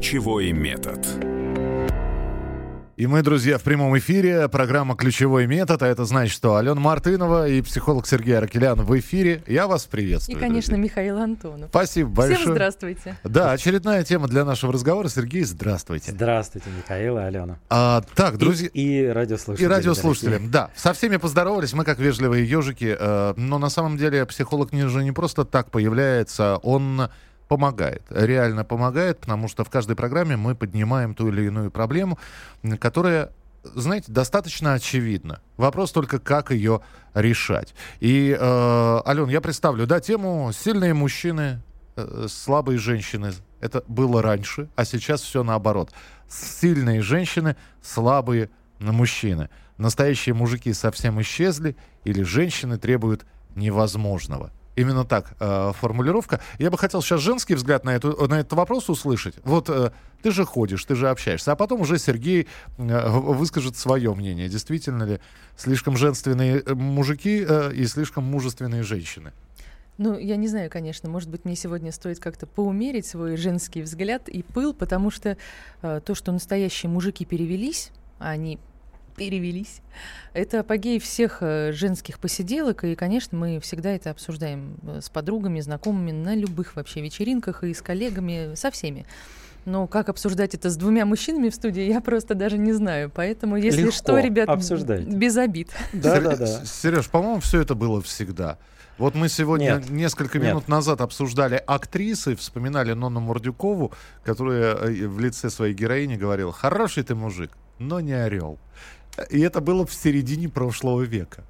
Ключевой метод. И мы, друзья, в прямом эфире. Программа «Ключевой метод». А это значит, что Алена Мартынова и психолог Сергей Аракелян в эфире. Я вас приветствую. И, конечно, друзья. Михаил Антонов. Спасибо большое. Всем здравствуйте. Да, очередная тема для нашего разговора. Сергей, здравствуйте. Здравствуйте, Михаил и Алена. Так, друзья. И радиослушатели. И радиослушатели, да. Со всеми поздоровались, мы как вежливые ежики. Но на самом деле психолог же не просто так появляется, он помогает, реально помогает, потому что в каждой программе мы поднимаем ту или иную проблему, которая, знаете, достаточно очевидна. Вопрос только, как ее решать. И, Ален, я представлю, да, тему «Сильные мужчины, слабые женщины». Это было раньше, а сейчас все наоборот. Сильные женщины, слабые мужчины. Настоящие мужики совсем исчезли, или женщины требуют невозможного. Именно так формулировка. Я бы хотел сейчас женский взгляд на этот вопрос услышать. Вот ты же ходишь, ты же общаешься, а потом уже Сергей выскажет свое мнение. Действительно ли слишком женственные мужики и слишком мужественные женщины? Ну, я не знаю, конечно, может быть, мне сегодня стоит как-то поумерить свой женский взгляд и пыл, потому что то, что настоящие мужики перевелись, они перевелись. Это апогей всех женских посиделок, и, конечно, мы всегда это обсуждаем с подругами, знакомыми на любых вообще вечеринках и с коллегами, со всеми. Но как обсуждать это с двумя мужчинами в студии, я просто даже не знаю. Поэтому, если легко что, ребят, обсуждайте. без обид. Да. Сереж, по-моему, все это было всегда. Вот мы сегодня несколько минут назад обсуждали актрисы, вспоминали Нонну Мордюкову, которая в лице своей героини говорила: «Хороший ты мужик, но не орел». И это было в середине прошлого века.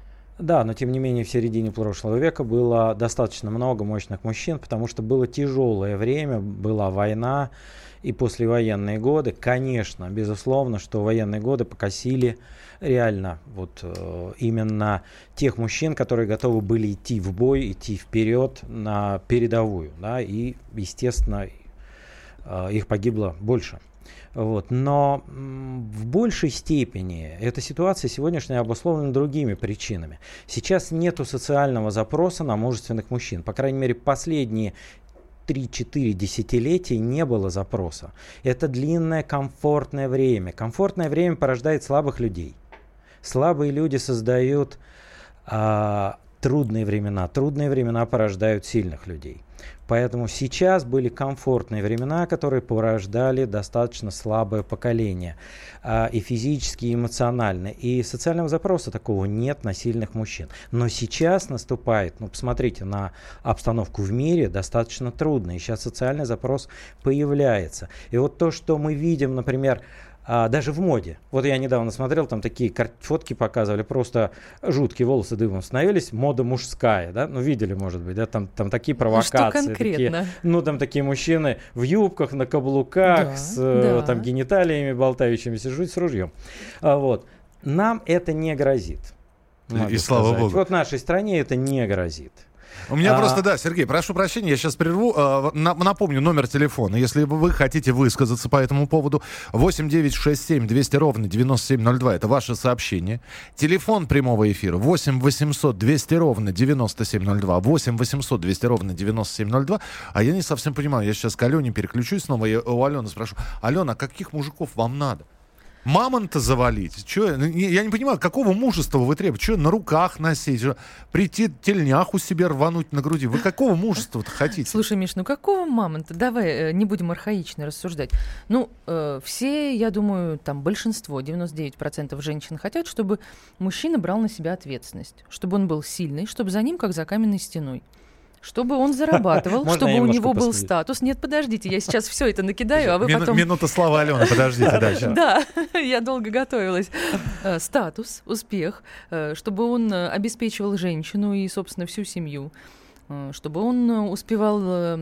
Да, но тем не менее в середине прошлого века было достаточно много мощных мужчин, потому что было тяжелое время, была война и послевоенные годы. Конечно, безусловно, что военные годы покосили реально вот именно тех мужчин, которые готовы были идти в бой, идти вперед на передовую, да, и, естественно, их погибло больше. Вот. Но в большей степени эта ситуация сегодняшняя обусловлена другими причинами. Сейчас нету социального запроса на мужественных мужчин. По крайней мере, последние 3-4 десятилетия не было запроса. Это длинное, комфортное время. Комфортное время порождает слабых людей. Слабые люди создают трудные времена. Трудные времена порождают сильных людей. Поэтому сейчас были комфортные времена, которые порождали достаточно слабое поколение. И физически, и эмоционально. И социального запроса такого нет на сильных мужчин. Но сейчас наступает, посмотрите на обстановку в мире, достаточно трудно. И сейчас социальный запрос появляется. И вот то, что мы видим, например, даже в моде. Вот я недавно смотрел, там такие фотки показывали, просто жуткие, волосы дыбом становились, мода мужская, да, видели, может быть, да, там такие провокации. Что конкретно? Такие, там такие мужчины в юбках, на каблуках, там гениталиями болтающимися, с ружьем. Вот. Нам это не грозит. И слава богу. Вот нашей стране это не грозит. У меня просто, да, Сергей, прошу прощения, я сейчас прерву. Напомню, номер телефона, если вы хотите высказаться по этому поводу. 8-967-200-97-02. Это ваше сообщение. Телефон прямого эфира 8-800-200-97-02. 8-800-200-97-02. А я не совсем понимаю, я сейчас к Алене переключусь снова. Я у Алены спрошу: Алена, а каких мужиков вам надо? Мамонта завалить? Я не понимаю, какого мужества вы требуете? Что, на руках носить? Прийти тельняху себе рвануть на груди? Вы какого мужества-то хотите? Слушай, Миш, какого мамонта? Давай не будем архаично рассуждать. Все, я думаю, там большинство, 99% женщин хотят, чтобы мужчина брал на себя ответственность. Чтобы он был сильный, чтобы за ним как за каменной стеной. Чтобы он зарабатывал, чтобы у него был статус. Нет, подождите, я сейчас все это накидаю, а вы потом... Минута славы Алены, подождите дальше. Да, я долго готовилась. Статус, успех, чтобы он обеспечивал женщину и, собственно, всю семью. Чтобы он успевал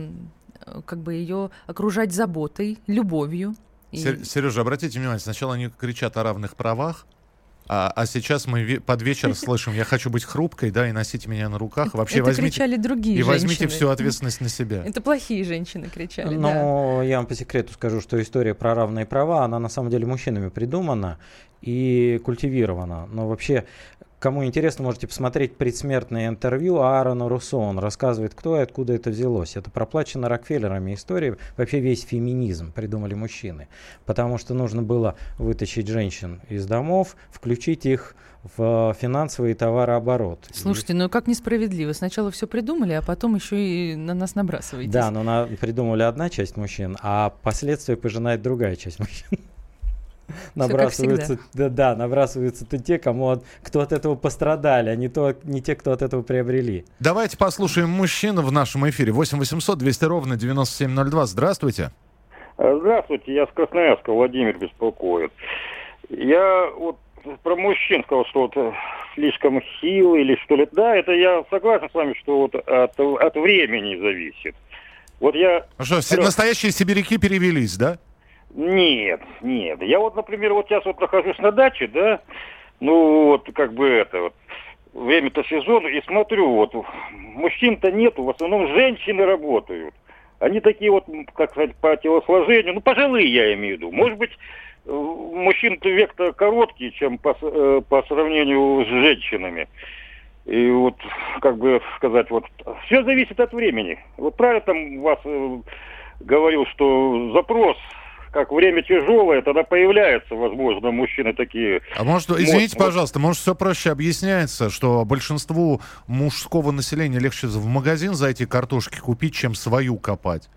ее окружать заботой, любовью. Сережа, обратите внимание, сначала они кричат о равных правах, А сейчас мы под вечер слышим: я хочу быть хрупкой, да, и носите меня на руках. Вообще это кричали другие женщины. И возьмите всю ответственность на себя. Это плохие женщины кричали, Но я вам по секрету скажу, что история про равные права, она на самом деле мужчинами придумана и культивирована. Но вообще Кому интересно, можете посмотреть предсмертное интервью Аарона Руссо. Он рассказывает, кто и откуда это взялось. Это проплачено Рокфеллерами история. Вообще весь феминизм придумали мужчины. Потому что нужно было вытащить женщин из домов, включить их в финансовый товарооборот. Слушайте, ну как несправедливо. Сначала все придумали, а потом еще и на нас набрасываетесь. Да, но придумали одна часть мужчин, а последствия пожинает другая часть мужчин. Набрасываются, набрасываются те, кто от этого пострадали, а не те, кто от этого приобрели. Давайте послушаем мужчин в нашем эфире. 8 800 200 ровно 9702. Здравствуйте. Здравствуйте, я с Красноярска, Владимир беспокоит. Я вот про мужчин сказал, что вот слишком силы или что ли. Да, это я согласен с вами, что вот от времени зависит. Вот я... Что, настоящие сибиряки перевелись, да? Нет. Я вот, например, вот сейчас вот нахожусь на даче, да, ну вот как бы это вот, время-то сезон, и смотрю, вот, мужчин-то нету, в основном женщины работают. Они такие вот, как сказать, по телосложению, ну, пожилые я имею в виду. Может быть, мужчин-то век-то короткий, чем по сравнению с женщинами. И вот, как бы сказать, вот, все зависит от времени. Вот правильно там вас говорил, что запрос... Как время тяжелое, тогда появляются, возможно, мужчины такие... А может, извините, пожалуйста, может, все проще объясняется, что большинству мужского населения легче в магазин зайти картошки купить, чем свою копать?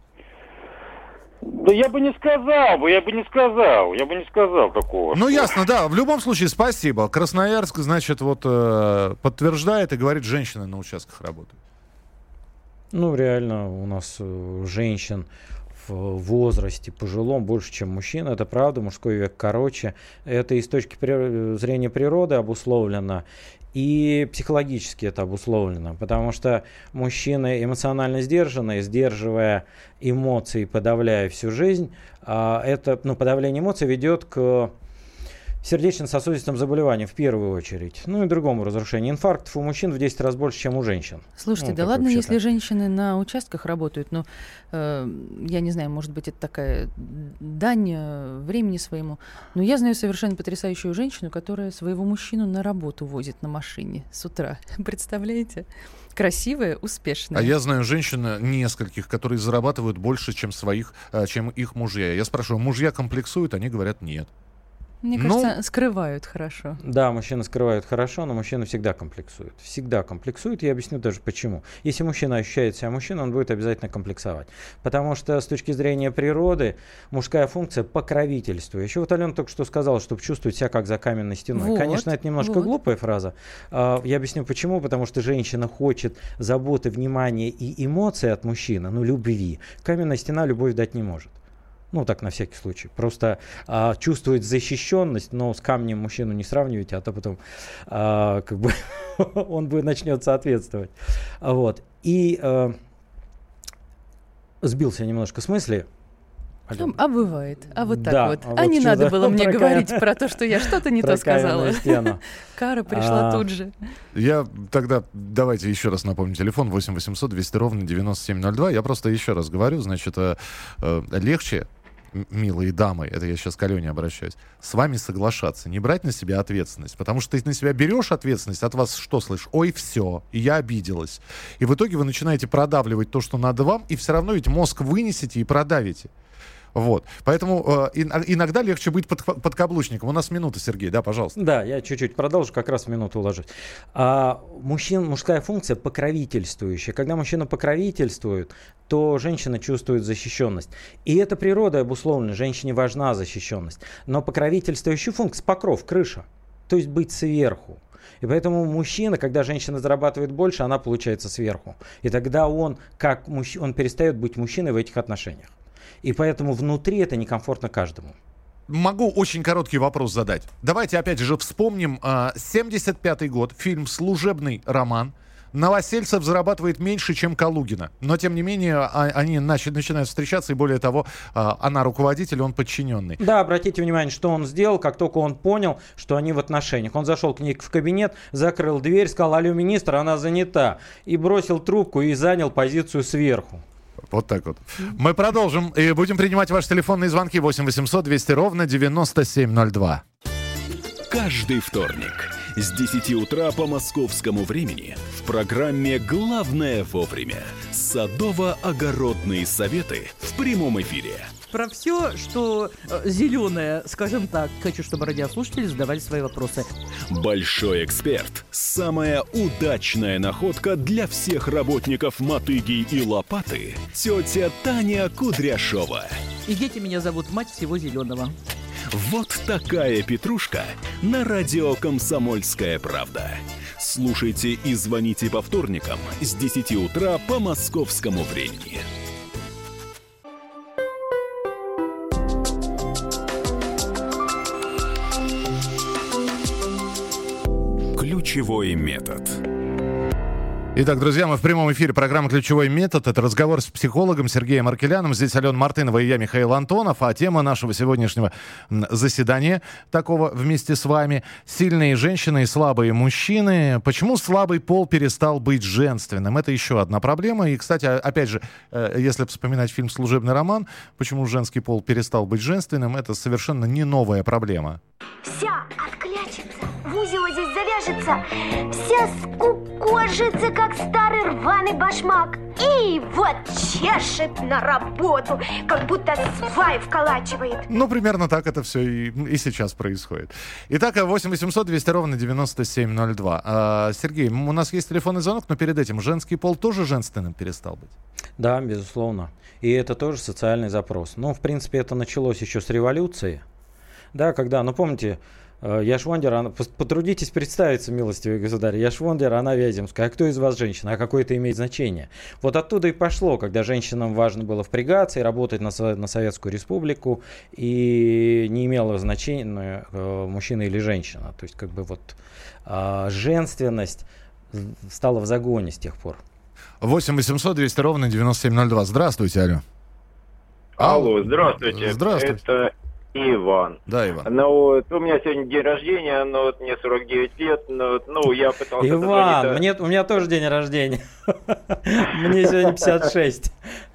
Да я бы не сказал такого. Ну, ясно, да. В любом случае, спасибо. Красноярск, значит, вот подтверждает и говорит, женщины на участках работают. Ну, реально, у нас женщин в возрасте пожилом больше, чем мужчин. Это правда, мужской век короче. Это и с точки зрения природы обусловлено, и психологически это обусловлено. Потому что мужчины эмоционально сдержанные, сдерживая эмоции, подавляя всю жизнь, подавление эмоций ведет к сердечно-сосудистым заболеваниям в первую очередь. Ну и другому разрушению. Инфарктов у мужчин в 10 раз больше, чем у женщин. Слушайте, да ладно, если женщины на участках работают, но я не знаю, может быть, это такая дань времени своему. Но я знаю совершенно потрясающую женщину, которая своего мужчину на работу возит на машине с утра. Представляете? Красивая, успешная. А я знаю женщин нескольких, которые зарабатывают больше, чем их мужья. Я спрашиваю, мужья комплексуют? Они говорят, нет. Мне кажется, скрывают хорошо. Да, мужчины скрывают хорошо, но мужчины всегда комплексуют. Всегда комплексуют. Я объясню даже почему. Если мужчина ощущает себя мужчиной, он будет обязательно комплексовать. Потому что с точки зрения природы мужская функция покровительствует. Еще вот Алена только что сказала, чтобы чувствовать себя как за каменной стеной. Конечно, это немножко глупая фраза. Я объясню почему. Потому что женщина хочет заботы, внимания и эмоций от мужчины, любви. Каменная стена любовь дать не может. Ну, так, на всякий случай. Просто чувствует защищенность, но с камнем мужчину не сравнивайте, а то потом он начнет соответствовать. Вот. И сбился немножко с мысли. А бывает. А вот так вот. А не надо было мне говорить про то, что я что-то не то сказала. Кара пришла тут же. Я тогда, давайте еще раз напомню, телефон 8 800 200 ровно 9702. Я просто еще раз говорю, значит, легче, милые дамы, это я сейчас к Алене обращаюсь, с вами соглашаться, не брать на себя ответственность, потому что ты на себя берешь ответственность, от вас что слышишь? Ой, все, и я обиделась. И в итоге вы начинаете продавливать то, что надо вам, и все равно ведь мозг вынесете и продавите. Вот. Поэтому иногда легче быть подкаблучником. У нас минута, Сергей, да, пожалуйста. Да, я чуть-чуть продолжу, как раз в минуту уложусь. Мужская функция покровительствующая. Когда мужчина покровительствует, то женщина чувствует защищенность. И это природой обусловлено. Женщине важна защищенность. Но покровительствующая функция — покров, крыша. То есть быть сверху. И поэтому мужчина, когда женщина зарабатывает больше, она получается сверху. И тогда он перестает быть мужчиной в этих отношениях. И поэтому внутри это некомфортно каждому. Могу очень короткий вопрос задать. Давайте опять же вспомним 75-й год, фильм «Служебный роман». Новосельцев зарабатывает меньше, чем Калугина. Но, тем не менее, они начинают встречаться, и более того, она руководитель, он подчиненный. Да, обратите внимание, что он сделал, как только он понял, что они в отношениях. Он зашел к ней в кабинет, закрыл дверь, сказал: алло, министр, она занята. И бросил трубку и занял позицию сверху. Вот так вот. Мы продолжим и будем принимать ваши телефонные звонки 8 800 200 ровно 9702. Каждый вторник С 10 утра по московскому времени в программе «Главное вовремя» садово-огородные советы в прямом эфире. Про все, что зеленое, скажем так. Хочу, чтобы радиослушатели задавали свои вопросы. Большой эксперт. Самая удачная находка для всех работников «Мотыги» и «Лопаты». Тетя Таня Кудряшова. И дети меня зовут мать всего зеленого. Вот такая петрушка на радио «Комсомольская правда». Слушайте и звоните по вторникам с 10 утра по московскому времени. Ключевой метод. Итак, друзья, мы в прямом эфире программы «Ключевой метод». Это разговор с психологом Сергеем Аркеляном. Здесь Алена Мартынова и я, Михаил Антонов. А тема нашего сегодняшнего заседания такого вместе с вами — сильные женщины и слабые мужчины. Почему слабый пол перестал быть женственным? Это еще одна проблема. И, кстати, опять же, если вспоминать фильм «Служебный роман», почему женский пол перестал быть женственным, это совершенно не новая проблема. Вся отклячется, в узел здесь завяжется, вся скукожится, как старый рваный башмак. И вот чешет на работу, как будто свай вколачивает. Ну, примерно так это все и сейчас происходит. Итак, 8 800 200 ровно 9702. Сергей, у нас есть телефонный звонок, но перед этим женский пол тоже женственным перестал быть? Да, безусловно. И это тоже социальный запрос. Ну, в принципе, это началось еще с революции. Да, когда, ну, помните, Яшвондер, потрудитесь представиться, милостивый государь, Яшвондер, она Вяземская, а кто из вас женщина, а какое это имеет значение? Вот оттуда и пошло, когда женщинам важно было впрягаться и работать на Советскую Республику, и не имело значения, мужчина или женщина. То есть, как бы вот женственность стала в загоне с тех пор. 8 800 200 ровно 9702. Здравствуйте, алло. Алло, здравствуйте. Здравствуйте. Это Иван. Да, Иван. Ну, вот, у меня сегодня день рождения, но вот, мне 49 лет, но вот, ну, я пытался... Иван, у меня тоже день рождения. Мне сегодня 56.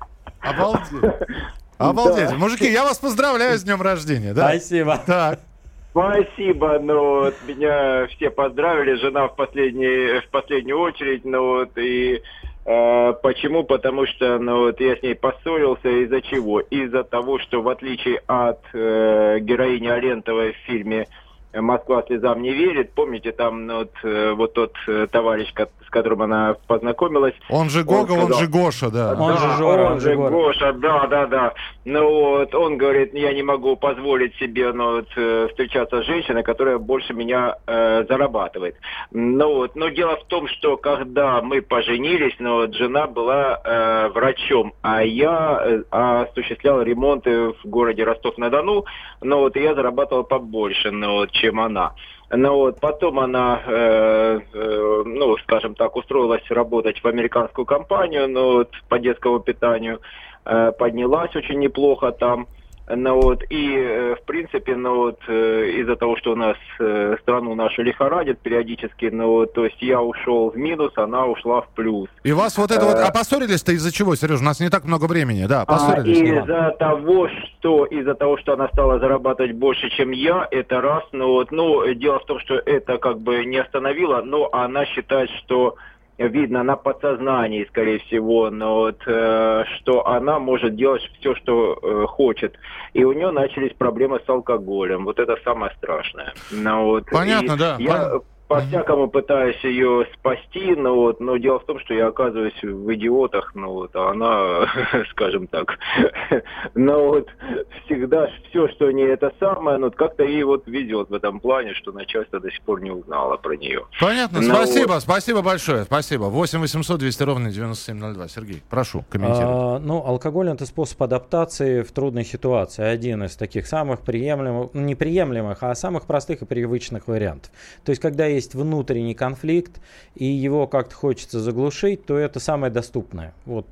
Обалдеть. Мужики, я вас поздравляю с днем рождения. Да? Спасибо. Так. Спасибо, но вот, меня все поздравили, жена в последнюю очередь, ну вот, и почему? Потому что вот, я с ней поссорился. Из-за чего? Из-за того, что в отличие от героини Алентовой в фильме «Москва слезам не верит», помните, там вот тот товарищ, с которым она познакомилась. Он же Гога, он же Гоша, да. Он же Жора, он же Гоша, да. Ну вот, он говорит, я не могу позволить себе встречаться с женщиной, которая больше меня зарабатывает. Но дело в том, что когда мы поженились, жена была врачом, а я осуществлял ремонты в городе Ростов-на-Дону, и я зарабатывал побольше, чем она. Потом она, скажем так, устроилась работать в американскую компанию, по детскому питанию, поднялась очень неплохо там. И, в принципе, из-за того, что у нас страну нашу лихорадит периодически, то есть я ушел в минус, она ушла в плюс. И вас вот это вот... А поссорились-то из-за чего, Сереж? У нас не так много времени, да, поссорились. Из-за того, что она стала зарабатывать больше, чем я, это раз, дело в том, что это как бы не остановило, но она считает, что... Видно на подсознании, скорее всего, что она может делать все, что хочет. И у нее начались проблемы с алкоголем. Вот это самое страшное. Понятно, да. Я по-всякому пытаюсь ее спасти, но дело в том, что я оказываюсь в идиотах, а она, скажем так, всегда все, что не это самое, как-то ей везет в этом плане, что начальство до сих пор не узнало про нее. Понятно, спасибо большое, спасибо. 8 800 200 ровно 9702. Сергей, прошу, комментируйте. Алкоголь — это способ адаптации в трудной ситуации. Один из таких самых неприемлемых, а самых простых и привычных вариантов. То есть, когда есть внутренний конфликт, и его как-то хочется заглушить, то это самое доступное.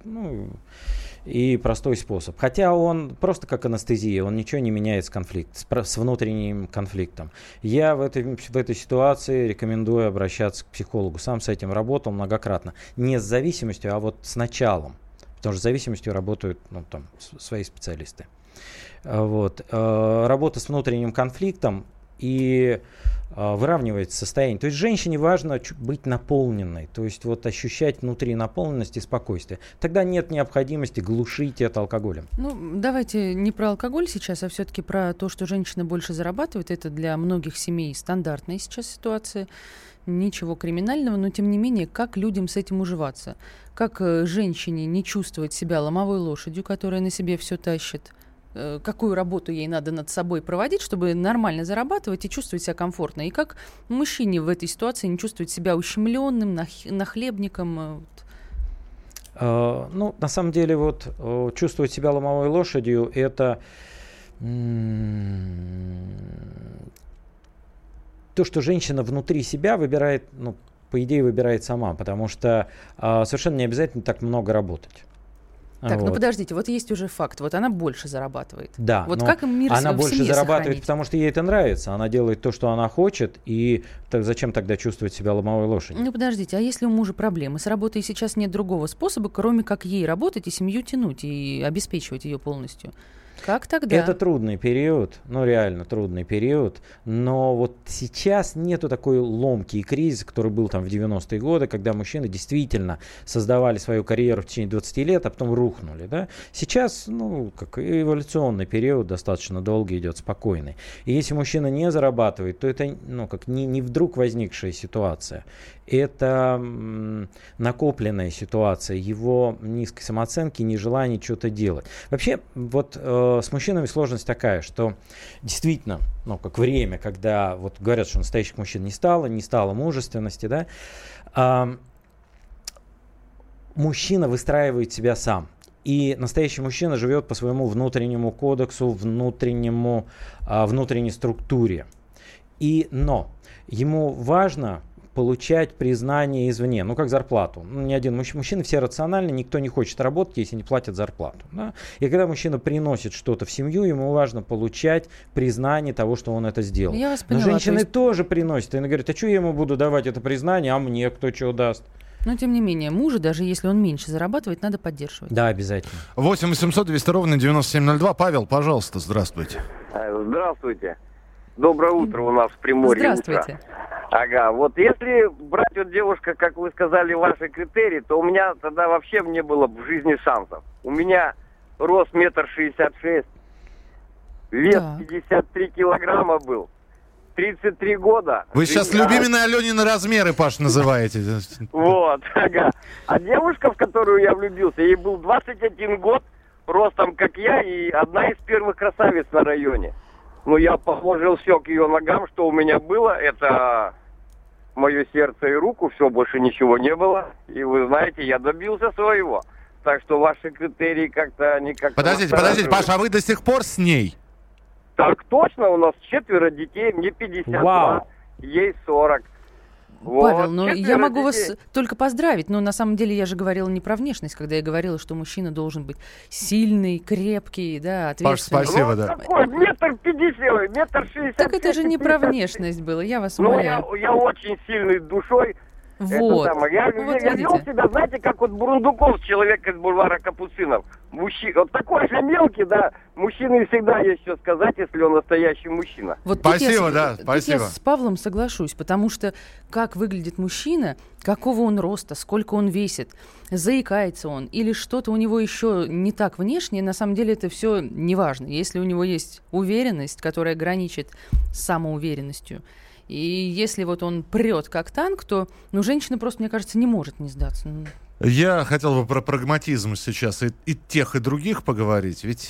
И простой способ. Хотя он просто как анестезия, он ничего не меняет с внутренним конфликтом. Я в этой ситуации рекомендую обращаться к психологу. Сам с этим работал многократно. Не с зависимостью, а вот с началом. Потому что с зависимостью работают свои специалисты. Работа с внутренним конфликтом и выравнивается состояние. То есть женщине важно быть наполненной, то есть вот ощущать внутри наполненность и спокойствие. Тогда нет необходимости глушить это алкоголем. Ну, давайте не про алкоголь сейчас, а все-таки про то, что женщина больше зарабатывает. Это для многих семей стандартная сейчас ситуация. Ничего криминального, но тем не менее, как людям с этим уживаться? Как женщине не чувствовать себя ломовой лошадью, которая на себе все тащит? Какую работу ей надо над собой проводить, чтобы нормально зарабатывать и чувствовать себя комфортно? И как мужчине в этой ситуации не чувствовать себя ущемленным, нахлебником? Ну, на самом деле, вот чувствовать себя ломовой лошадью – это то, что женщина внутри себя выбирает, ну, по идее, выбирает сама, потому что совершенно не обязательно так много работать. Так, вот. Ну подождите, вот есть уже факт, вот она больше зарабатывает. Да, вот как им мир она в больше семье зарабатывает, сохранить? потому что ей это нравится, она делает то, что она хочет, и зачем тогда чувствовать себя ломовой лошадью? Ну подождите, а если у мужа проблемы с работой, и сейчас нет другого способа, кроме как ей работать и семью тянуть, и обеспечивать ее полностью? Как тогда? Это трудный период, ну реально трудный период, но вот сейчас нету такой ломки и кризиса, который был там в 90-е годы, когда мужчины действительно создавали свою карьеру в течение 20 лет, а потом рухнули, да. Сейчас, ну, как эволюционный период достаточно долгий идет, спокойный. И если мужчина не зарабатывает, то это, ну, как не вдруг возникшая ситуация. Это накопленная ситуация, его низкой самооценки, нежелание что-то делать. Вообще, вот с мужчинами сложность такая, что действительно, ну, как время, когда вот говорят, что настоящих мужчин не стало мужественности, да, мужчина выстраивает себя сам. И настоящий мужчина живет по своему внутреннему кодексу, внутренней структуре. Но ему важно получать признание извне, ну как зарплату. Ну, ни один мужчина, все рациональны, никто не хочет работать, если не платят зарплату. Да? И когда мужчина приносит что-то в семью, ему важно получать признание того, что он это сделал. Я вас поняла, но женщины тоже приносят. И они говорят, а что я ему буду давать это признание, а мне кто что даст? Но, тем не менее, мужа, даже если он меньше зарабатывает, надо поддерживать. Да, обязательно. 8 800 200 ровно 9702. Павел, пожалуйста, здравствуйте. Здравствуйте. Доброе утро у нас в Приморье. Здравствуйте. Ага, вот если брать вот девушка, как вы сказали, ваши критерии, то у меня тогда вообще не было в жизни шансов. У меня рост 1,66 м, вес 53 килограмма был, 33 года. Вы сейчас любимые Аленины размеры, Паш, называете. Вот, ага. А девушка, в которую я влюбился, ей был 21 год, ростом как я, и одна из первых красавиц на районе. Ну, я положил все к ее ногам, что у меня было, это мое сердце и руку, все, больше ничего не было. И вы знаете, я добился своего. Так что ваши критерии как-то никак... Подождите, Паша, а вы до сих пор с ней? Так точно, у нас 4 детей, мне 52, Вау. ей 40. Павел, ну я 4 могу детей. вас только поздравить, но на самом деле я же говорила не про внешность, когда я говорила, что мужчина должен быть сильный, крепкий, да, ответственный. Паш, спасибо, да. Какой? 1,50 м, 1,60 м. Так это же не про внешность было, я вас Ну, умоляю. я очень сильный душой. Вот. Я Вот вел видите. себя, знаете, как вот Бурундуков, человек из бульвара Капуцинов. Вот такой же мелкий, да. Мужчины всегда есть что сказать, если он настоящий мужчина. Вот тут Спасибо, я, да, спасибо. Тут я с Павлом соглашусь, потому что как выглядит мужчина, какого он роста, сколько он весит, заикается он или что-то у него еще не так внешне, на самом деле это все не важно. Если у него есть уверенность, которая граничит с самоуверенностью, и если вот он прет как танк, то, ну, женщина просто, мне кажется, не может не сдаться. Я хотел бы про прагматизм сейчас и тех, и других поговорить. Ведь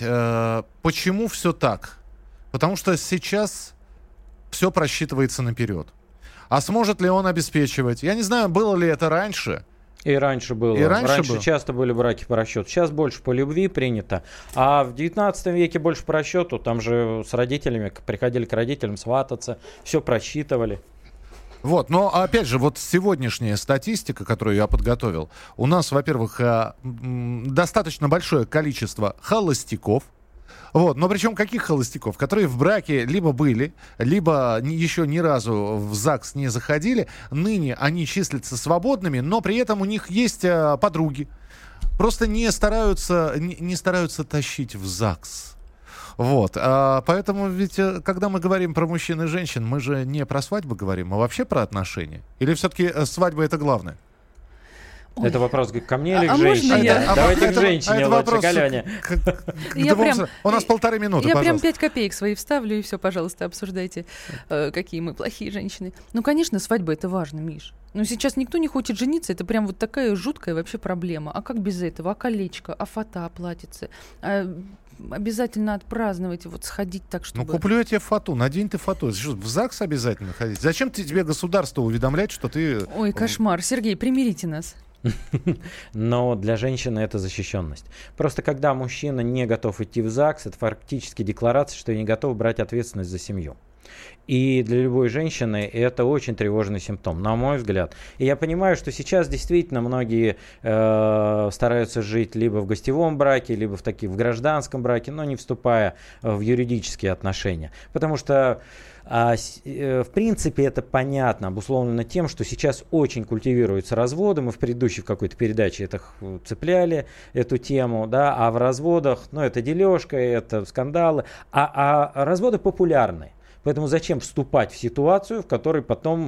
почему все так? Потому что сейчас все просчитывается наперед. А сможет ли он обеспечивать? Я не знаю, было ли это раньше. И раньше было. И раньше было. Часто были браки по расчету. Сейчас больше по любви принято. А в 19 веке больше по расчету. Там же с родителями приходили к родителям свататься. Все просчитывали. Вот, но опять же, вот сегодняшняя статистика, которую я подготовил, у нас, во-первых, достаточно большое количество холостяков. Вот, но причем каких холостяков? Которые в браке либо были, либо еще ни разу в ЗАГС не заходили. Ныне они числятся свободными, но при этом у них есть подруги. Просто не стараются тащить в ЗАГС. Вот. Поэтому ведь, когда мы говорим про мужчин и женщин, мы же не про свадьбу говорим, а вообще про отношения. Или все-таки свадьба — это главное? Ой. Это вопрос ко мне или к женщине? Давайте к женщине лучше, к Алене. У нас 1,5 минуты, Я прям 5 копеек свои вставлю, и все, пожалуйста, обсуждайте, какие мы плохие женщины. Ну, конечно, свадьба — это важно, Миш. Но сейчас никто не хочет жениться, это прям вот такая жуткая вообще проблема. А как без этого? А колечко? А фата оплатится? Обязательно отпраздновать, вот сходить так, чтобы... Ну, куплю я тебе фату, надень ты фату. Что, в ЗАГС обязательно ходить? Зачем тебе государство уведомлять, что ты... Ой, кошмар. Сергей, примирите нас. Но для женщины это защищенность. Просто когда мужчина не готов идти в ЗАГС, это фактически декларация, что я не готов брать ответственность за семью. И для любой женщины это очень тревожный симптом, на мой взгляд. И я понимаю, что сейчас действительно многие стараются жить либо в гостевом браке, либо в гражданском браке, но не вступая в юридические отношения. Потому что в принципе, это понятно, обусловлено тем, что сейчас очень культивируются разводы. Мы в предыдущей в какой-то передаче это цепляли, эту тему, да, а в разводах, ну, это дележка, это скандалы, а разводы популярны. Поэтому зачем вступать в ситуацию, в которой потом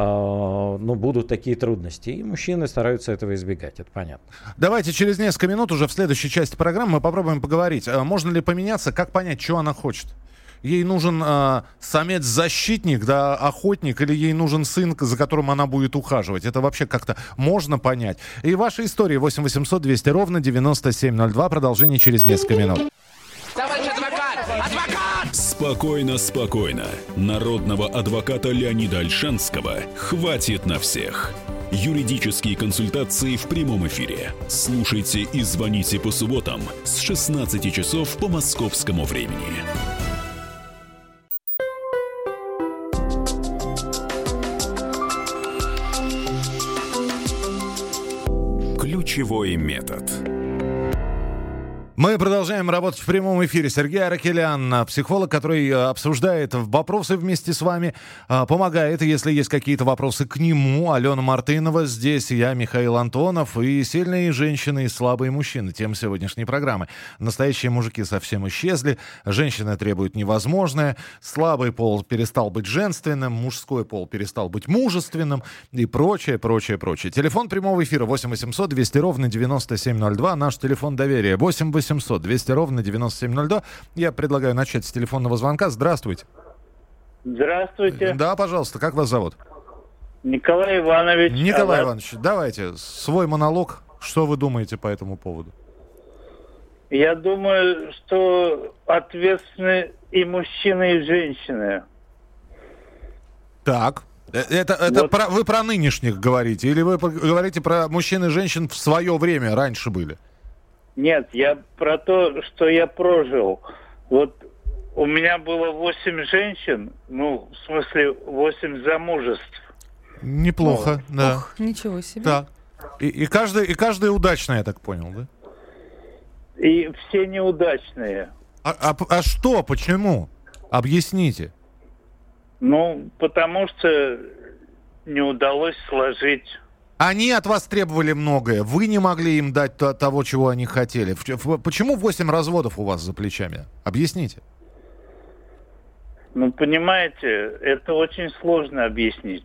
будут такие трудности? И мужчины стараются этого избегать, это понятно. Давайте через несколько минут уже в следующей части программы мы попробуем поговорить. Можно ли поменяться, как понять, что она хочет? Ей нужен самец-защитник, да, охотник, или ей нужен сын, за которым она будет ухаживать? Это вообще как-то можно понять. И ваши истории 8 800 200 ровно 9702. Продолжение через несколько минут. Товарищ адвокат! Адвокат! Спокойно, спокойно. Народного адвоката Леонида Ольшанского хватит на всех. Юридические консультации в прямом эфире. Слушайте и звоните по субботам с 16 часов по московскому времени. Ключевой метод. Мы продолжаем работать в прямом эфире. Сергей Аракелян, психолог, который обсуждает вопросы вместе с вами, помогает, если есть какие-то вопросы к нему. Алена Мартынова здесь, я, Михаил Антонов, и сильные женщины, и слабые мужчины. Тема сегодняшней программы. Настоящие мужики совсем исчезли, женщины требуют невозможное, слабый пол перестал быть женственным, мужской пол перестал быть мужественным и прочее, прочее, прочее. Телефон прямого эфира 8 800 200 ровно 9702, наш телефон доверия 8 800 200 ровно 9702. Я предлагаю начать с телефонного звонка. Здравствуйте. Здравствуйте. Да, пожалуйста. Как вас зовут? Николай Иванович. Николай Иванович, давайте свой монолог. Что вы думаете по этому поводу? Я думаю, что ответственны и мужчины, и женщины. Так. Это вот. Вы про нынешних говорите? Или вы говорите про мужчин и женщин в свое время, раньше были? Нет, я про то, что я прожил. Вот у меня было 8 женщин, ну, в смысле, 8 замужеств. Неплохо, да. Ох, ничего себе. Да. И каждая удачная, я так понял, да? И все неудачные. А что? Почему? Объясните. Ну, потому что не удалось сложить. Они от вас требовали многое. Вы не могли им дать того, чего они хотели. Почему 8 разводов у вас за плечами? Объясните. Ну, понимаете, это очень сложно объяснить.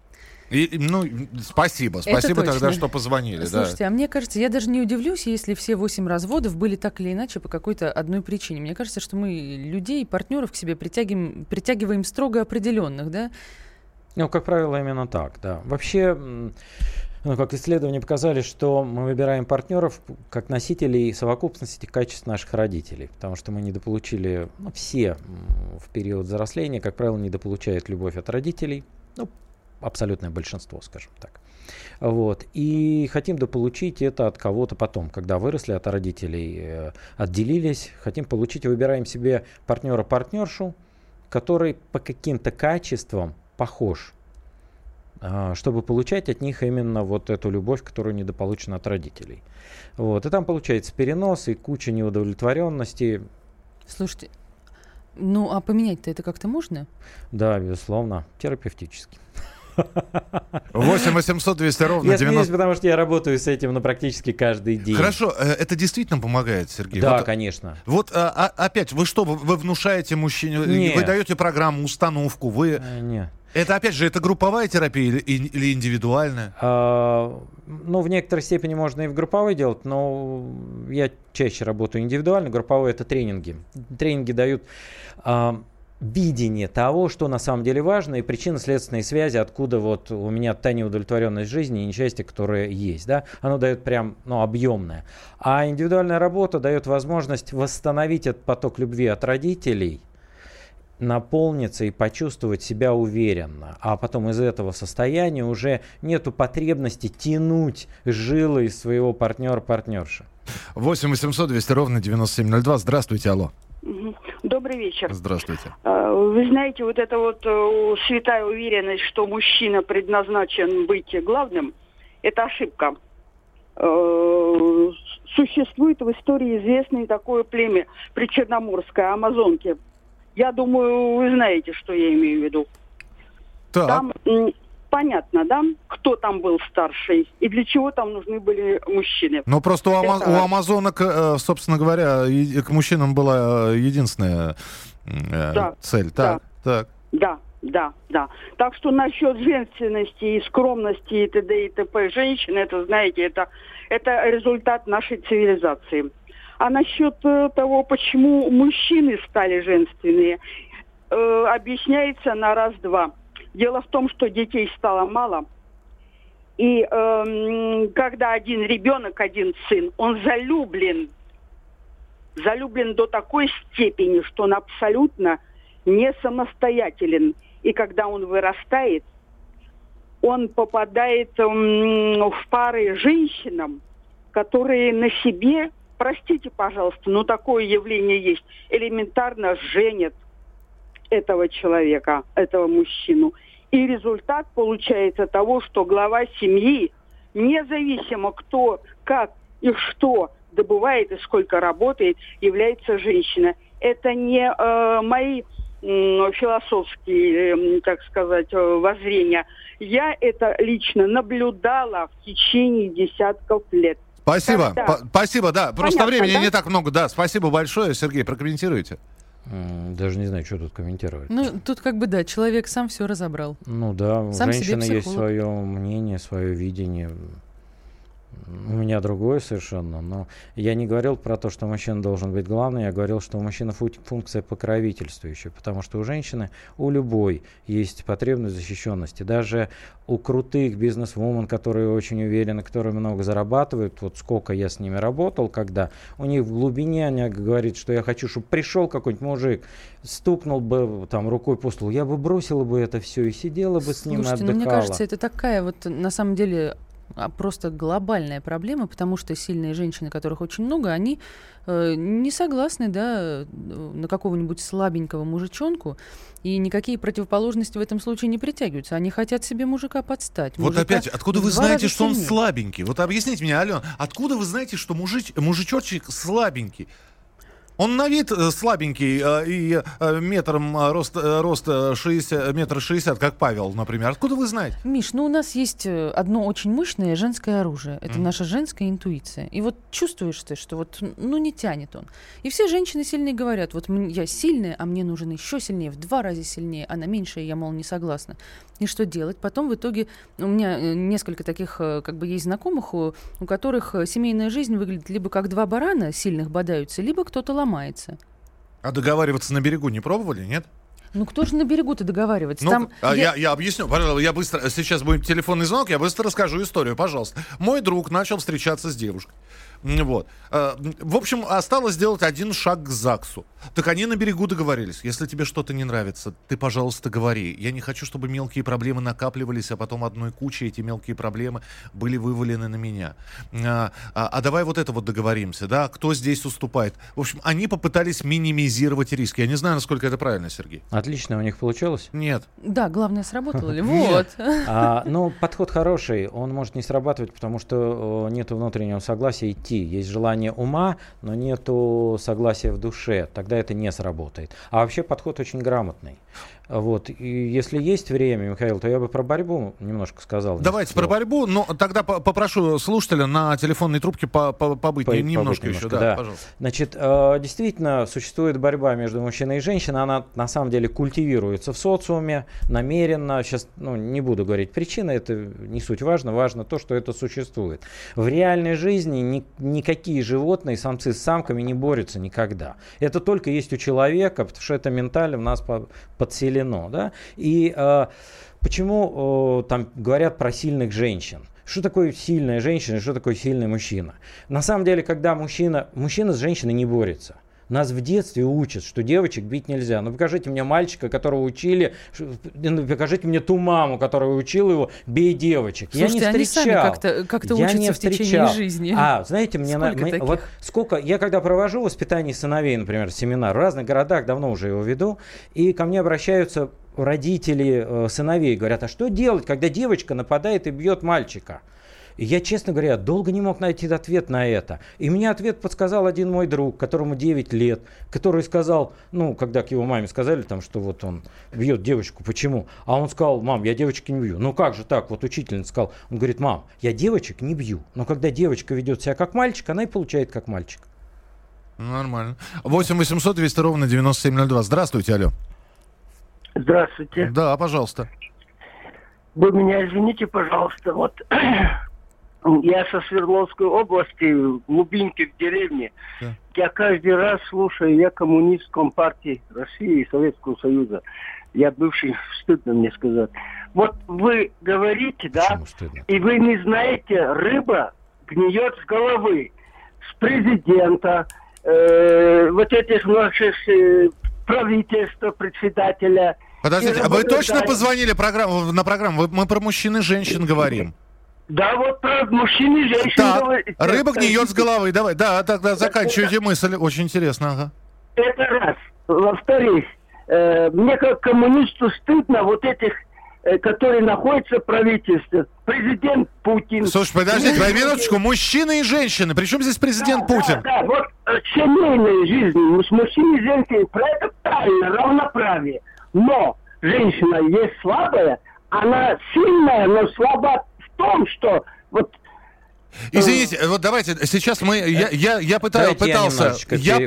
Спасибо тогда, что позвонили. Слушайте, а мне кажется, я даже не удивлюсь, если все 8 разводов были так или иначе по какой-то одной причине. Мне кажется, что мы людей, партнеров к себе притягиваем строго определенных, да? Ну, как правило, именно так, да. Вообще, как исследования показали, что мы выбираем партнеров как носителей совокупности качеств наших родителей, потому что мы недополучили, все в период взросления, как правило, недополучают любовь от родителей, абсолютное большинство, скажем так. Вот. И хотим дополучить это от кого-то потом, когда выросли, от родителей отделились, хотим получить, выбираем себе партнера-партнершу, который по каким-то качествам похож, чтобы получать от них именно вот эту любовь, которую недополучена от родителей. Вот. И там получается перенос и куча неудовлетворенности. Слушайте, а поменять-то это как-то можно? Да, безусловно, терапевтически. 8 800 200 ровно Я 90... смеюсь, потому что я работаю с этим практически каждый день. Хорошо, это действительно помогает, Сергей? Да, вот, конечно. Вот опять, вы что, вы внушаете мужчине, Нет. вы даете программу, установку, вы... Нет. Это, опять же, это групповая терапия или индивидуальная? Ну, в некоторой степени можно и в групповой делать, но я чаще работаю индивидуально. Групповой — это тренинги. Тренинги дают видение того, что на самом деле важно, и причинно-следственные связи, откуда вот у меня та неудовлетворенность жизни и несчастье, которое есть. Да? Оно дает прям объемное. А индивидуальная работа дает возможность восстановить этот поток любви от родителей, наполниться и почувствовать себя уверенно. А потом из этого состояния уже нету потребности тянуть жилы из своего партнера-партнерши. 8 800 200 ровно 9702. Здравствуйте, алло. Добрый вечер. Здравствуйте. Вы знаете, вот эта вот святая уверенность, что мужчина предназначен быть главным, это ошибка. Существует в истории известное такое племя причерноморское, амазонки. Я думаю, вы знаете, что я имею в виду. Так. Там понятно, да, кто там был старший и для чего там нужны были мужчины. Ну, просто у амазонок, собственно говоря, к мужчинам была единственная цель. Так, так. Да. Так что насчет женственности и скромности и т.д. и т.п. женщины, это, знаете, это результат нашей цивилизации. А насчет того, почему мужчины стали женственные, объясняется на раз-два. Дело в том, что детей стало мало. И когда один ребенок, один сын, он залюблен до такой степени, что он абсолютно не самостоятелен. И когда он вырастает, он попадает в пары женщинам, которые на себе, простите, пожалуйста, но такое явление есть, элементарно женят этого человека, этого мужчину. И результат получается того, что глава семьи, независимо кто, как и что добывает и сколько работает, является женщина. Это не мои философские, так сказать, воззрения. Я это лично наблюдала в течение десятков лет. Спасибо, спасибо, да. Просто Понятно, времени да? не так много, да. Спасибо большое, Сергей, прокомментируйте. Даже не знаю, что тут комментировать. Ну, тут как бы, да, человек сам все разобрал. Ну да, у Сам женщины себе есть психолог. свое мнение, свое видение. У меня другое совершенно, но я не говорил про то, что мужчина должен быть главным, я говорил, что у мужчины функция покровительствующая, потому что у женщины, у любой есть потребность защищенности. Даже у крутых бизнес-вумен, которые очень уверены, которые много зарабатывают, вот сколько я с ними работал, когда у них в глубине они говорят, что я хочу, чтобы пришел какой-нибудь мужик, стукнул бы там рукой по столу, я бы бросила бы это все и сидела бы с ним и Слушайте, отдыхала. мне кажется, это такая вот на самом деле просто глобальная проблема, потому что сильные женщины, которых очень много, они не согласны, да, на какого-нибудь слабенького мужичонку, и никакие противоположности в этом случае не притягиваются. Они хотят себе мужика подстать. Вот Мужика опять, откуда вы в 2 знаете, раза что он сильнее. слабенький? Вот объясните мне, Алена, откуда вы знаете, что мужичочек слабенький? Он на вид слабенький и метром рост 60, метр 60, как Павел, например. Откуда вы знаете? Миш, ну у нас есть одно очень мощное женское оружие. Это наша женская интуиция. И вот чувствуешь ты, что вот, ну, не тянет он. И все женщины сильные говорят, вот я сильная, а мне нужен еще сильнее, в 2 раза сильнее, а на меньшее я, мол, не согласна. И что делать? Потом в итоге у меня несколько таких, как бы, есть знакомых, у которых семейная жизнь выглядит либо как 2 барана сильных бодаются, либо кто-то ломается. А договариваться на берегу не пробовали, нет? Ну кто же на берегу-то договаривается? Ну, Там я объясню, пожалуйста, я быстро, сейчас будет телефонный звонок, я быстро расскажу историю, пожалуйста. Мой друг начал встречаться с девушкой. Вот. В общем, осталось сделать один шаг к ЗАГСу. Так они на берегу договорились. Если тебе что-то не нравится, ты, пожалуйста, говори. Я не хочу, чтобы мелкие проблемы накапливались, а потом одной кучей эти мелкие проблемы были вывалены на меня. А давай вот это вот договоримся, да? Кто здесь уступает? В общем, они попытались минимизировать риски. Я не знаю, насколько это правильно, Сергей. Отлично у них получилось? Нет. Да, главное, сработало ли? Вот. Ну, подход хороший, он может не срабатывать, потому что нет внутреннего согласия идти. Есть желание ума, но нету согласия в душе. Тогда это не сработает. А вообще подход очень грамотный. Вот. И если есть время, Михаил, то я бы про борьбу немножко сказал. Давайте про борьбу, но тогда попрошу слушателя на телефонной трубке побыть немножко еще. Да, пожалуйста. Значит, действительно, существует борьба между мужчиной и женщиной. Она на самом деле культивируется в социуме намеренно. Сейчас не буду говорить причины, это не суть важно. Важно то, что это существует. В реальной жизни никакие животные, самцы с самками, не борются никогда. Это только есть у человека, потому что это ментально в нас подселено. Да? И почему там говорят про сильных женщин? Что такое сильная женщина и что такое сильный мужчина? На самом деле, когда мужчина с женщиной не борется. Нас в детстве учат, что девочек бить нельзя. Ну покажите мне мальчика, которого учили, покажите мне ту маму, которая учила его, бей девочек. Слушайте, я не встречал. Они сами как-то учатся в течение жизни. Знаете, сколько я когда провожу воспитание сыновей, например, семинар в разных городах, давно уже его веду, и ко мне обращаются родители сыновей, говорят, а что делать, когда девочка нападает и бьет мальчика? И я, честно говоря, долго не мог найти ответ на это. И мне ответ подсказал один мой друг, которому 9 лет, который сказал, когда к его маме сказали, что вот он бьет девочку, почему? А он сказал, мам, я девочек не бью. Ну как же так? Вот учительница сказала. Он говорит, мам, я девочек не бью. Но когда девочка ведет себя как мальчик, она и получает как мальчик. Нормально. 8 800 200 ровно 9702. Здравствуйте, алло. Здравствуйте. Да, пожалуйста. Вы меня извините, пожалуйста, вот... Я со Свердловской области, в глубинке в деревне. Да. Я каждый раз слушаю, я коммунист Компартии России и Советского Союза. Я бывший, стыдно мне сказать. Вот вы говорите, да, и вы не знаете, рыба гниет с головы, с президента, вот этих наших правительства, председателя. Подождите, а вы точно позвонили на программу? Мы про мужчин и женщин говорим. Да, вот про мужчин и женщин. Так, рыба гниет с головы. Давай, да, тогда заканчивайте мысль. Очень интересно, ага. Это раз. Во-вторых, мне как коммунисту стыдно вот этих, которые находятся в правительстве. Президент Путин. Слушай, подождите, минуточку. Мужчины и женщины. Причем здесь президент Путин? Да, вот семейная жизнь с мужчиной и женщиной. Про это правильно, равноправие. Но женщина есть слабая, она сильная, но слаба в том, что вот... Извините, вот давайте сейчас я пытался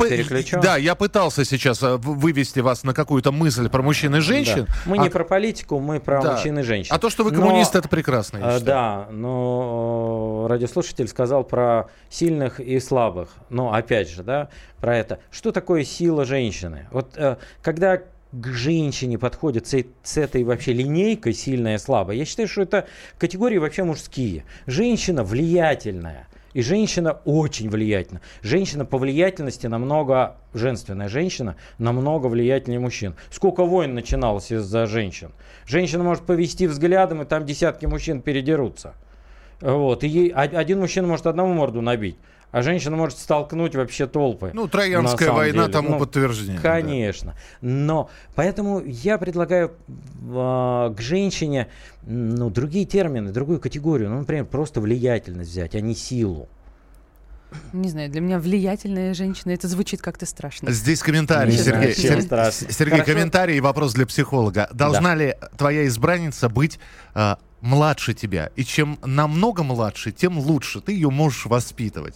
сейчас вывести вас на какую-то мысль про мужчин и женщин. Да. Мы не про политику, мы про мужчин и женщин. А то, что вы коммунист, это прекрасно. Я да, но радиослушатель сказал про сильных и слабых. Но опять же, да, про это. Что такое сила женщины? Вот когда к женщине подходят с этой вообще линейкой сильная и слабая, я считаю, что это категории вообще мужские. Женщина влиятельная. И женщина очень влиятельна. Женщина по влиятельности женственная женщина намного влиятельнее мужчин. Сколько войн начиналось из-за женщин. Женщина может повести взглядом, и там десятки мужчин передерутся. Вот. И один мужчина может одному морду набить. А женщина может столкнуть вообще толпы. Троянская война тому подтверждение. Конечно. Да. Но поэтому я предлагаю к женщине другие термины, другую категорию. Например, просто влиятельность взять, а не силу. Не знаю, для меня влиятельная женщина, это звучит как-то страшно. Здесь комментарий, Сергей. Сергей, комментарий и вопрос для психолога. Должна ли твоя избранница быть младше тебя? И чем намного младше, тем лучше. Ты ее можешь воспитывать.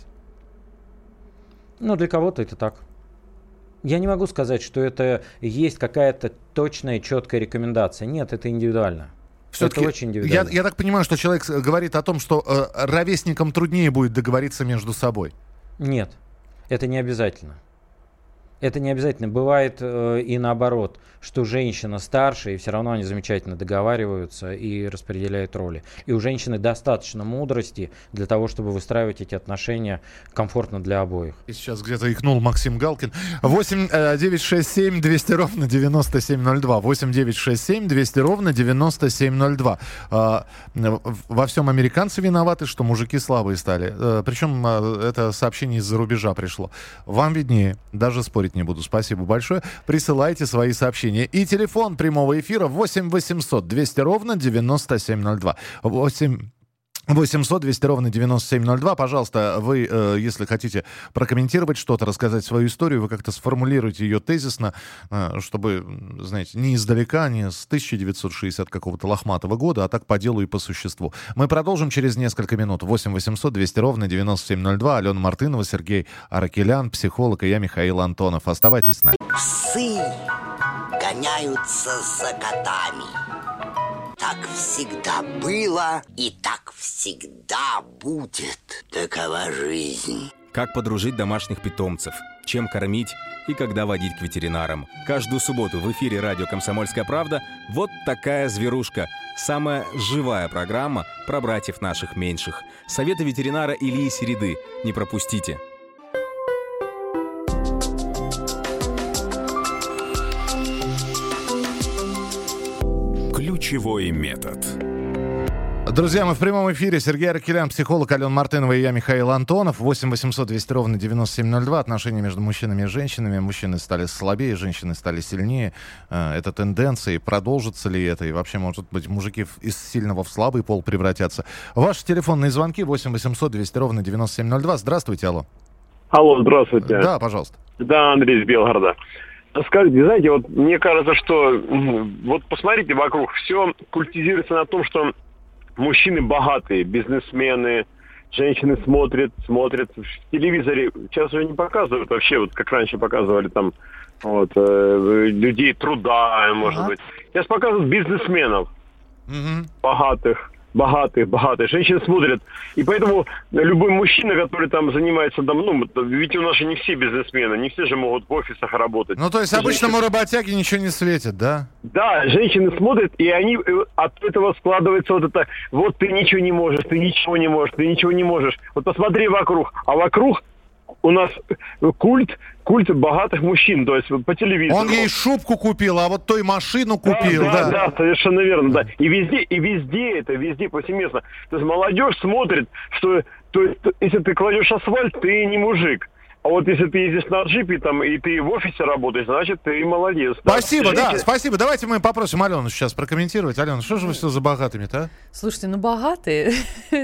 Для кого-то это так. Я не могу сказать, что это есть какая-то точная, четкая рекомендация. Нет, это индивидуально. Все-таки это очень индивидуально. Я так понимаю, что человек говорит о том, что ровесникам труднее будет договориться между собой. Нет, это не обязательно. Это не обязательно. Бывает и наоборот, что женщина старше, и все равно они замечательно договариваются и распределяют роли. И у женщины достаточно мудрости для того, чтобы выстраивать эти отношения комфортно для обоих. И сейчас где-то икнул Максим Галкин. 8 967 200 ровно 9702. 8 967 200 ровно 9702. Во всем американцы виноваты, что мужики слабые стали. Причем это сообщение из-за рубежа пришло. Вам виднее. Даже спорить не буду. Спасибо большое. Присылайте свои сообщения. И телефон прямого эфира 8 800 200 ровно 9702. 8 800-200-97-02. Пожалуйста, вы, если хотите прокомментировать что-то, рассказать свою историю, вы как-то сформулируете ее тезисно, чтобы, знаете, не издалека, не с 1960 какого-то лохматого года, а так по делу и по существу. Мы продолжим через несколько минут. 8-800-200-97-02. Алена Мартынова, Сергей Аракелян, психолог, и я, Михаил Антонов. Оставайтесь с нами. Псы гоняются за котами. Так всегда было и так всегда будет. Такова жизнь. Как подружить домашних питомцев, чем кормить и когда водить к ветеринарам. Каждую субботу в эфире радио «Комсомольская правда» вот такая зверушка. Самая живая программа про братьев наших меньших. Советы ветеринара Ильи Середы. Не пропустите. Ключевой метод. Друзья, мы в прямом эфире. Сергей Аракелян, психолог, Алена Мартынова и я, Михаил Антонов. 8-800-200-97-02. Отношения между мужчинами и женщинами. Мужчины стали слабее, женщины стали сильнее. Это тенденция. Продолжится ли это? И вообще, может быть, мужики из сильного в слабый пол превратятся. Ваши телефонные звонки 8-800-200-97-02. Здравствуйте, алло. Алло, здравствуйте. Да, пожалуйста. Да, Андрей из Белгорода. Скажите, знаете, вот мне кажется, что вот посмотрите вокруг, все культизируется на том, что мужчины богатые, бизнесмены, женщины смотрят в телевизоре. Сейчас уже не показывают вообще, вот как раньше показывали там вот, людей труда, может быть. Сейчас показывают бизнесменов, богатых. Женщины смотрят. И поэтому любой мужчина, который там занимается, ведь у нас же не все бизнесмены, не все же могут в офисах работать. Ну, то есть обычному работяге ничего не светит, да? Да, женщины смотрят, и они от этого складывается вот это, вот ты ничего не можешь. Вот посмотри вокруг. А вокруг у нас культ богатых мужчин, то есть по телевизору. Он ей шубку купил, а вот той машину купил, да. Да, совершенно верно, да. И везде повсеместно. То есть молодежь смотрит, что то есть, если ты кладешь асфальт, ты не мужик. А вот если ты ездишь на джипе там, и ты в офисе работаешь, значит, ты молодец. Спасибо, да, спасибо. Давайте мы попросим Алену сейчас прокомментировать. Алена, что же вы все за богатыми-то, а? Слушайте, богатые,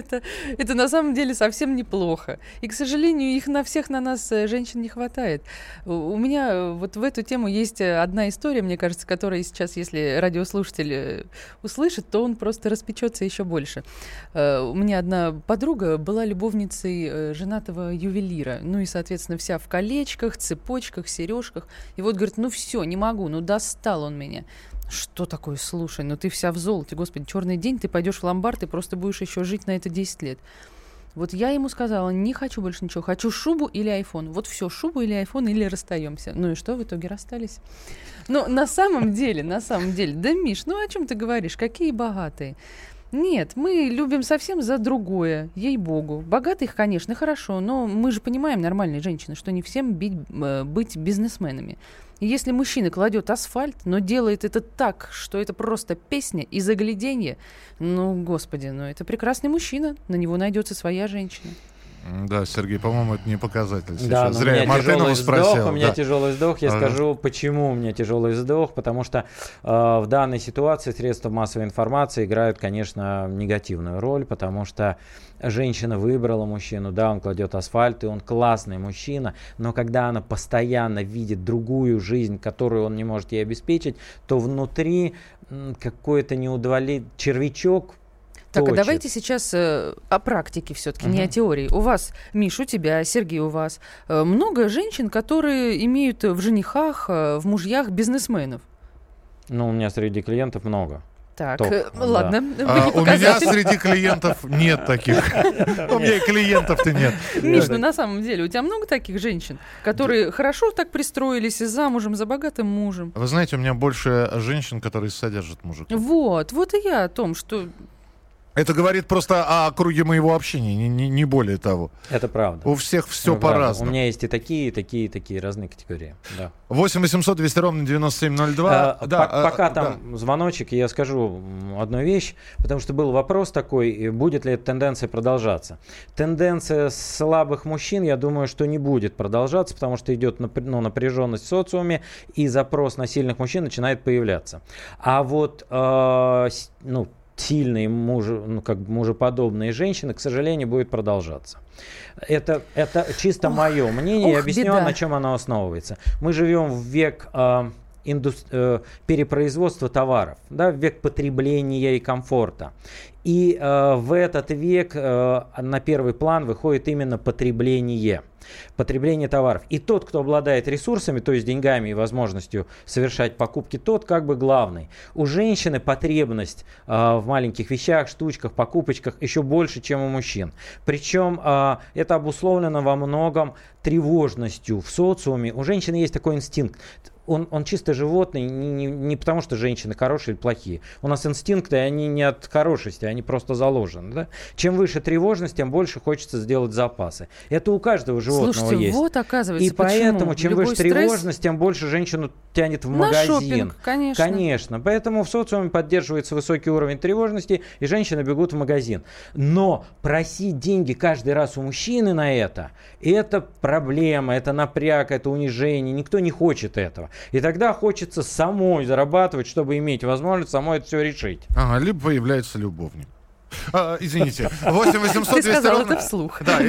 это на самом деле совсем неплохо. И, к сожалению, их на всех на нас, женщин, не хватает. У меня вот в эту тему есть одна история, мне кажется, которая сейчас, если радиослушатель услышит, то он просто распечется еще больше. У меня одна подруга была любовницей женатого ювелира. Ну и, соответственно, вся в колечках, цепочках, сережках. И вот говорит, все, не могу, достал он меня. Что такое, слушай, ты вся в золоте, господи, черный день, ты пойдешь в ломбард, ты просто будешь еще жить на это 10 лет. Вот я ему сказала, не хочу больше ничего, хочу шубу или айфон. Вот все, шубу или айфон, или расстаемся. Ну и что, в итоге расстались? На самом деле, да, Миш, о чем ты говоришь, какие богатые? Нет, мы любим совсем за другое, ей-богу. Богатых, конечно, хорошо, но мы же понимаем, нормальные женщины, что не всем быть бизнесменами. И если мужчина кладет асфальт, но делает это так, что это просто песня и загляденье, господи, это прекрасный мужчина, на него найдется своя женщина. Да, Сергей, по-моему, это не показатель. Да, зря я Мартынова спросил. У меня тяжелый вздох. Я скажу, почему у меня тяжелый вздох. Потому что в данной ситуации средства массовой информации играют, конечно, негативную роль, потому что женщина выбрала мужчину, да, он кладет асфальт, и он классный мужчина, но когда она постоянно видит другую жизнь, которую он не может ей обеспечить, то внутри какой-то червячок. Так, а давайте сейчас о практике все-таки, не о теории. У вас, Миш, у тебя, Сергей, у вас много женщин, которые имеют в женихах, в мужьях бизнесменов? У меня среди клиентов много. Так, ладно. У меня среди клиентов нет таких. У меня и клиентов-то нет. Миш, на самом деле, у тебя много таких женщин, которые хорошо так пристроились и замужем за богатым мужем? Вы знаете, у меня больше женщин, которые содержат мужиков. Вот и я о том, что... Это говорит просто о круге моего общения, не более того. Это правда. У всех все по-разному. У меня есть и такие разные категории. Да. 8-800-200-97-02. Пока там звоночек, я скажу одну вещь, потому что был вопрос такой, будет ли эта тенденция продолжаться. Тенденция слабых мужчин, я думаю, что не будет продолжаться, потому что идет напряженность в социуме, и запрос на сильных мужчин начинает появляться. А вот сильные мужеподобные женщины, к сожалению, будет продолжаться. Это чисто мое мнение, я объясню, на чем оно основывается. Мы живем в век перепроизводства товаров, да, в век потребления и комфорта. И в этот век на первый план выходит именно потребление товаров. И тот, кто обладает ресурсами, то есть деньгами и возможностью совершать покупки, тот как бы главный. У женщины потребность в маленьких вещах, штучках, покупочках еще больше, чем у мужчин. Причем это обусловлено во многом тревожностью в социуме. У женщины есть такой инстинкт. Он чисто животный, не потому что женщины хорошие или плохие. У нас инстинкты, они не от хорошести, они просто заложены. Да? Чем выше тревожность, тем больше хочется сделать запасы. Это у каждого животного есть. Вот оказывается, и поэтому, чем любой выше тревожность, тем больше женщину тянет в магазин. Шопинг, конечно. Конечно. Поэтому в социуме поддерживается высокий уровень тревожности, и женщины бегут в магазин. Но просить деньги каждый раз у мужчины на это проблема, это напряг, это унижение. Никто не хочет этого. И тогда хочется самой зарабатывать, чтобы иметь возможность самой это все решить. Либо появляется любовник. Извините. 8 800 200 Ты сказал ровно... это вслух. Да,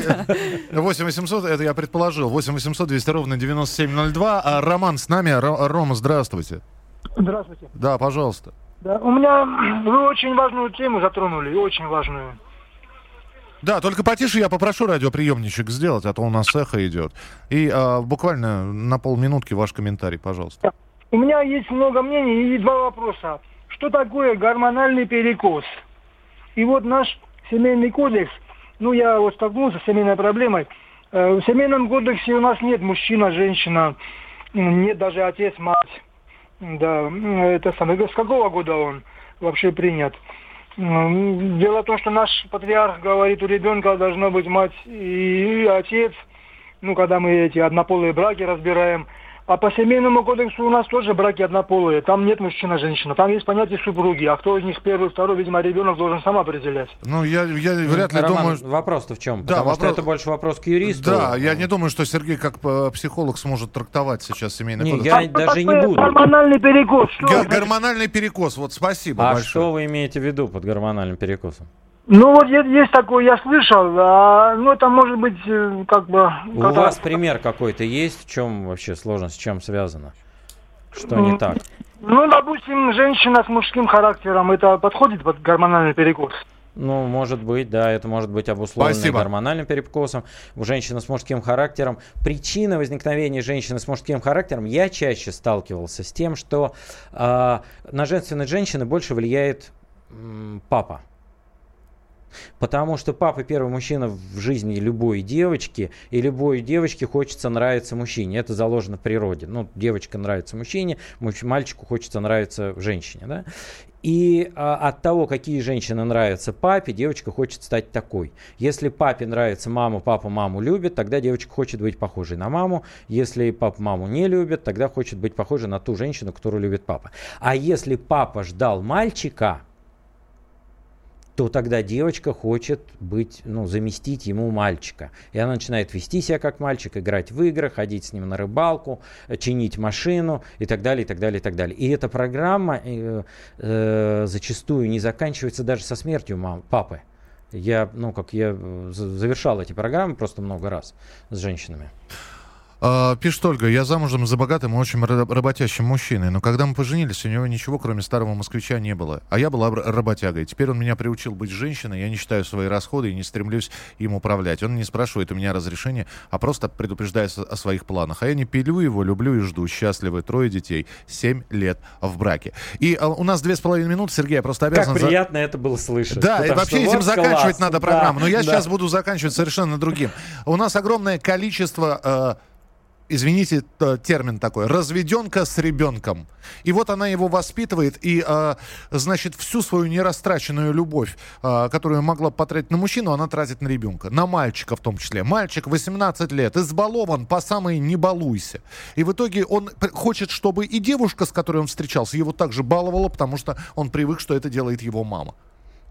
8 800, это я предположил. 8 800 200 ровно 9702. Роман с нами. Рома, здравствуйте. Здравствуйте. Да, пожалуйста. Да, вы очень важную тему затронули, очень важную. Да, только потише я попрошу радиоприемничек сделать, а то у нас эхо идет. И буквально на полминутки ваш комментарий, пожалуйста. У меня есть много мнений и два вопроса. Что такое гормональный перекос? И вот наш семейный кодекс, я вот столкнулся с семейной проблемой. В семейном кодексе у нас нет мужчина, женщина, нет даже отец, мать. Да, это самое. С какого года он вообще принят? Дело в том, что наш патриарх говорит, у ребенка должна быть мать и отец, когда мы эти однополые браки разбираем. А по семейному кодексу у нас тоже браки однополые. Там нет мужчина-женщина. Там есть понятие супруги. А кто из них первый, второй, видимо, ребенок должен сам определять. Я вряд ли Роман, думаю... Вопрос-то в чем? Потому что это больше вопрос к юристу. Да, я не думаю, что Сергей как психолог сможет трактовать сейчас семейный кодекс. Я даже не буду. Гормональный перекос. Гормональный перекос, спасибо большое. А что вы имеете в виду под гормональным перекосом? Есть такое, я слышал, это может быть У вас пример какой-то есть? В чем вообще сложность, с чем связано? Что не так? Допустим, женщина с мужским характером, это подходит под гормональный перекос? Может быть, да, это может быть обусловлено гормональным перекосом. У женщины с мужским характером. Причина возникновения женщины с мужским характером, я чаще сталкивался с тем, что на женственность женщины больше влияет папа. Потому что папа первый мужчина в жизни любой девочки, и любой девочке хочется нравиться мужчине. Это заложено в природе. Девочка нравится мужчине, мальчику хочется нравиться женщине. Да? И от того, какие женщины нравятся папе, девочка хочет стать такой. Если папе нравится мама, папа маму любит, тогда девочка хочет быть похожей на маму. Если папа маму не любит, тогда хочет быть похожей на ту женщину, которую любит папа. А если папа ждал мальчика, то тогда девочка хочет заместить ему мальчика. И она начинает вести себя как мальчик, играть в игры, ходить с ним на рыбалку, чинить машину и так далее, и так далее, и так далее. И эта программа зачастую не заканчивается даже со смертью папы. Я завершал эти программы просто много раз с женщинами. Пишет Ольга, я замужем за богатым и очень работящим мужчиной, но когда мы поженились, у него ничего, кроме старого москвича, не было. А я была работягой. Теперь он меня приучил быть женщиной, я не считаю свои расходы и не стремлюсь им управлять. Он не спрашивает у меня разрешения, а просто предупреждает о своих планах. А я не пилю его, люблю и жду. Счастливы, 3 детей, 7 лет в браке. И у нас 2,5 минуты, Сергей, я просто обязан... Как приятно это было слышать. Да, и вообще этим заканчивать надо программу. Но я сейчас буду заканчивать совершенно другим. У нас огромное количество... извините, термин такой, разведенка с ребенком. И вот она его воспитывает, и, всю свою нерастраченную любовь, которую могла потратить на мужчину, она тратит на ребенка, на мальчика в том числе. Мальчик 18 лет, избалован по самой не балуйся. И в итоге он хочет, чтобы и девушка, с которой он встречался, его также баловала, потому что он привык, что это делает его мама.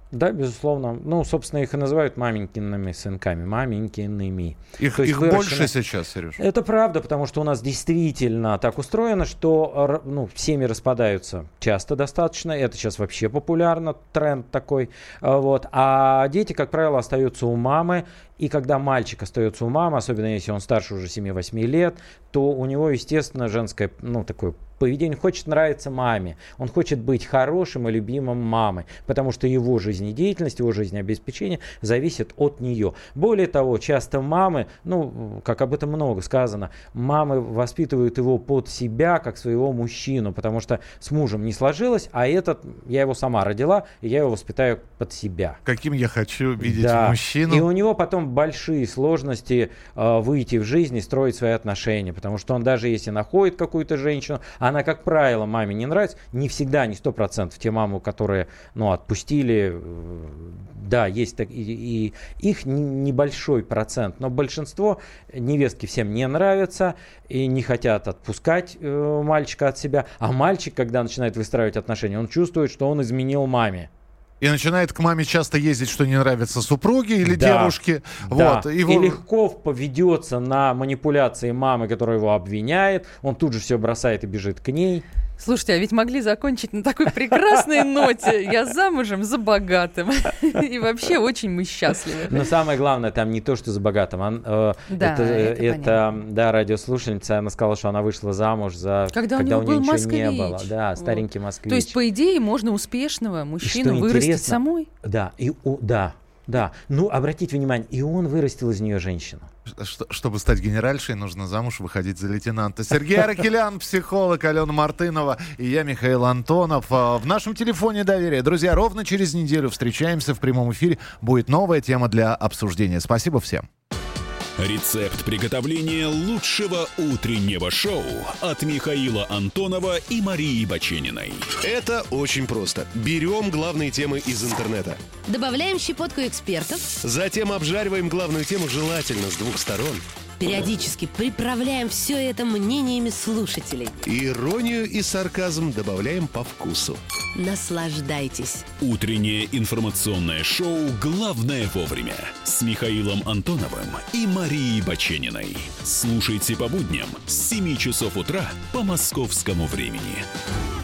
Да, безусловно. Ну, собственно, их и называют маменькиными сынками, маменькиными. Их больше сейчас, Сереж? Это правда, потому что у нас действительно так устроено, что семьи распадаются часто достаточно. Это сейчас вообще популярно, тренд такой. Вот. А дети, как правило, остаются у мамы. И когда мальчик остается у мамы, особенно если он старше уже 7-8 лет, то у него, естественно, женское, такое поведение. Он хочет нравиться маме. Он хочет быть хорошим и любимым мамой, потому что его жизнедеятельность, его жизнеобеспечение зависит от нее. Более того, часто мамы, как об этом много сказано, мамы воспитывают его под себя, как своего мужчину, потому что с мужем не сложилось, а я его сама родила, и я его воспитаю под себя. Каким я хочу видеть мужчину. И у него потом большие сложности выйти в жизнь и строить свои отношения, потому что он даже если находит какую-то женщину, она, как правило, маме не нравится, не всегда, не 100%. Те мамы, которые, отпустили, да, есть и их небольшой процент, но большинство невестки всем не нравятся и не хотят отпускать мальчика от себя, а мальчик, когда начинает выстраивать отношения, он чувствует, что он изменил маме. И начинает к маме часто ездить, что не нравится супруге или девушке. Да. Вот. И легко поведется на манипуляции мамы, которая его обвиняет. Он тут же все бросает и бежит к ней. Слушайте, а ведь могли закончить на такой прекрасной ноте. Я замужем за богатым. И вообще очень мы счастливы. Но самое главное, там не то, что за богатым. Это радиослушательница, она сказала, что она вышла замуж когда у нее ничего не было. Да, старенький москвич. То есть, по идее, можно успешного мужчину вырастить самой? Да, да. Обратите внимание, и он вырастил из нее женщину. Чтобы стать генеральшей, нужно замуж выходить за лейтенанта. Сергей Аракелян, психолог, Алена Мартынова и я, Михаил Антонов. В нашем телефоне доверия. Друзья, ровно через неделю встречаемся в прямом эфире. Будет новая тема для обсуждения. Спасибо всем. Рецепт приготовления лучшего утреннего шоу от Михаила Антонова и Марии Бачениной. Это очень просто. Берем главные темы из интернета. Добавляем щепотку экспертов. Затем обжариваем главную тему желательно с двух сторон. Периодически приправляем все это мнениями слушателей. Иронию и сарказм добавляем по вкусу. Наслаждайтесь. Утреннее информационное шоу «Главное вовремя» с Михаилом Антоновым и Марией Бачениной. Слушайте по будням с 7 часов утра по московскому времени.